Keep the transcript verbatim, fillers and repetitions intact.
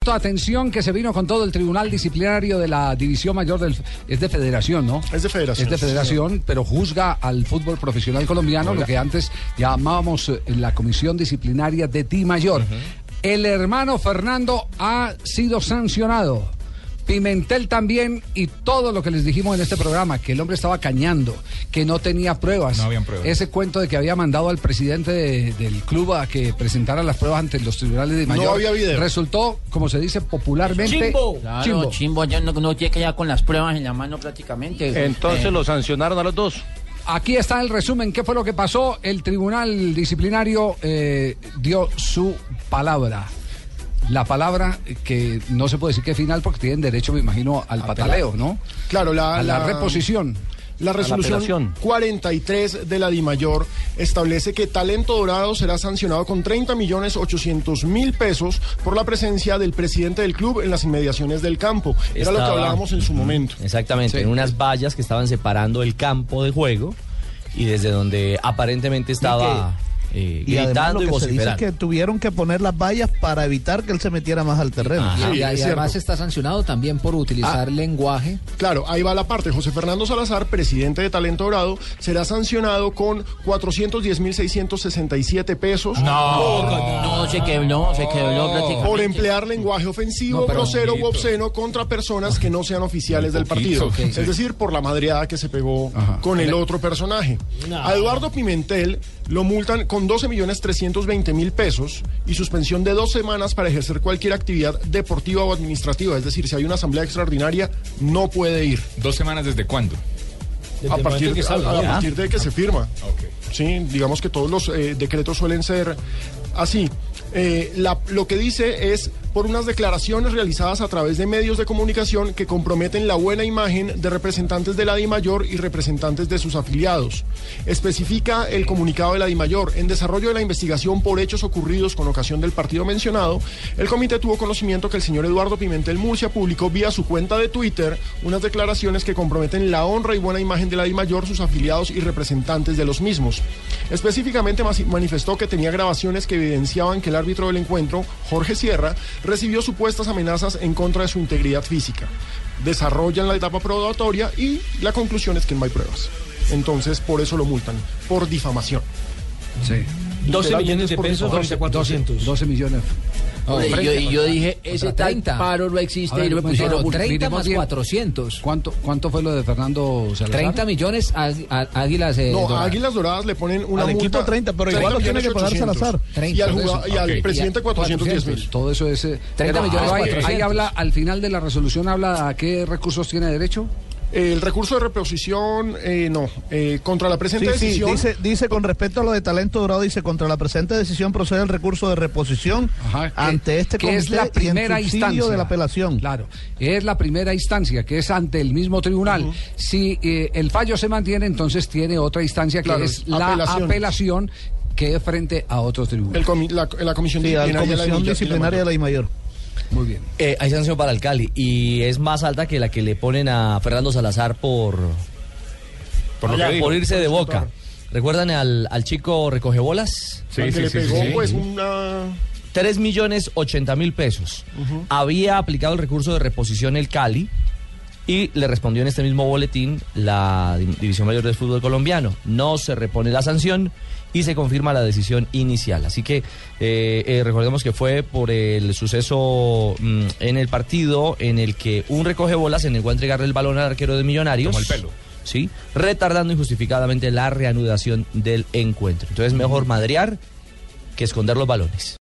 Atención que se vino con todo el tribunal disciplinario de la división mayor del... Es de federación, ¿no? Es de federación. Es de federación, sí, pero juzga al fútbol profesional colombiano, Hola. Lo que antes llamábamos la comisión disciplinaria de Di Mayor. Uh-huh. El hermano Fernando ha sido sancionado. Pimentel también, y todo lo que les dijimos en este programa, que el hombre estaba cañando, que no tenía pruebas. No habían pruebas. Ese cuento de que había mandado al presidente de, del club a que presentara las pruebas ante los tribunales de Mayor. No había video. Resultó, como se dice popularmente, ¡Chimbo! Claro, chimbo. chimbo, ya no, no tiene que ir con las pruebas en la mano prácticamente. Entonces eh. lo sancionaron a los dos. Aquí está el resumen, ¿qué fue lo que pasó? El tribunal disciplinario eh, dio su palabra. La palabra que no se puede decir que es final porque tienen derecho, me imagino, al pataleo, ¿no? Claro, la, a la, la reposición. La resolución cuarenta y tres de la Dimayor establece que Talento Dorado será sancionado con treinta millones ochocientos mil pesos por la presencia del presidente del club en las inmediaciones del campo. Era Estaba, lo que hablábamos en su momento. Exactamente, sí. En unas vallas que estaban separando el campo de juego y desde donde aparentemente estaba... Eh, y gritando además lo y que se dice es vociferando. que tuvieron que poner las vallas para evitar que él se metiera más al terreno. Ajá, sí, y, y además cierto. está sancionado también por utilizar ah, lenguaje. Claro, ahí va la parte. José Fernando Salazar, presidente de Talento Dorado, será sancionado con cuatrocientos diez mil seiscientos sesenta y siete pesos. No, por, no, se quebró, se quebró prácticamente. Por emplear lenguaje ofensivo, no, grosero u obsceno contra personas que no sean oficiales del partido. Okay, es sí. decir, por la madreada que se pegó Ajá. con el otro personaje. No. A Eduardo Pimentel lo multan con doce millones trescientos veinte mil pesos y suspensión de dos semanas para ejercer cualquier actividad deportiva o administrativa. Es decir, si hay una asamblea extraordinaria, no puede ir. ¿Dos semanas desde cuándo? Desde a partir, que salga, a, a partir de que se firma. Okay. Sí, digamos que todos los eh, decretos suelen ser así. Eh, la, lo que dice es por unas declaraciones realizadas a través de medios de comunicación que comprometen la buena imagen de representantes de la Dimayor y representantes de sus afiliados. Especifica el comunicado de la Dimayor. En desarrollo de la investigación por hechos ocurridos con ocasión del partido mencionado, el comité tuvo conocimiento que el señor Eduardo Pimentel Murcia publicó vía su cuenta de Twitter unas declaraciones que comprometen la honra y buena imagen de la Dimayor, sus afiliados y representantes de los mismos. Específicamente manifestó que tenía grabaciones que evidenciaban que el árbitro del encuentro, Jorge Sierra, recibió supuestas amenazas en contra de su integridad física. Desarrollan la etapa probatoria y la conclusión es que no hay pruebas. Entonces, por eso lo multan, por difamación. Sí. doce millones de pesos, doce, cuatrocientos. doce millones. Oh, y yo, y yo dije, ese tal paro no existe ver, y no me pusieron treinta más cuatrocientos. ¿Cuánto, ¿Cuánto fue lo de Fernando Salazar? treinta millones a, a, a Águilas eh, No, Doradas. a Águilas Doradas le ponen una al multa. equipo treinta, pero igual lo tiene que pagar Salazar. treinta, y al, jugado, y al okay. presidente cuatrocientos diez mil. Todo eso es... treinta millones ahí, ahí habla, al final de la resolución habla a qué recursos tiene derecho. El recurso de reposición, eh, no, eh, contra la presente sí, decisión... Sí, dice, dice con respecto a lo de Talento Dorado, dice contra la presente decisión procede el recurso de reposición Ajá, que, ante este que comité es la primera y en instancia de la apelación. Claro, es la primera instancia, que es ante el mismo tribunal. Uh-huh. Si eh, el fallo se mantiene, entonces tiene otra instancia que claro, es la apelación, que es frente a otros tribunales. El comi la, la comisión sí, disciplinaria, la comisión disciplinaria de la Dimayor. Muy bien. Eh, hay sanción para el Cali y es más alta que la que le ponen a Fernando Salazar por por, lo que por irse de Boca. ¿Recuerdan al, al chico recogebolas? Sí, sí, que sí, le pegó sí, pues sí. una... tres millones ochenta mil pesos. Uh-huh. Había aplicado el recurso de reposición el Cali y le respondió en este mismo boletín la División Mayor del Fútbol Colombiano. No se repone la sanción y se confirma la decisión inicial. Así que eh, eh, recordemos que fue por el suceso mmm, en el partido en el que un recogebolas se negó a entregarle el balón al arquero de Millonarios. Como el pelo. Sí, retardando injustificadamente la reanudación del encuentro. Entonces mejor madrear que esconder los balones.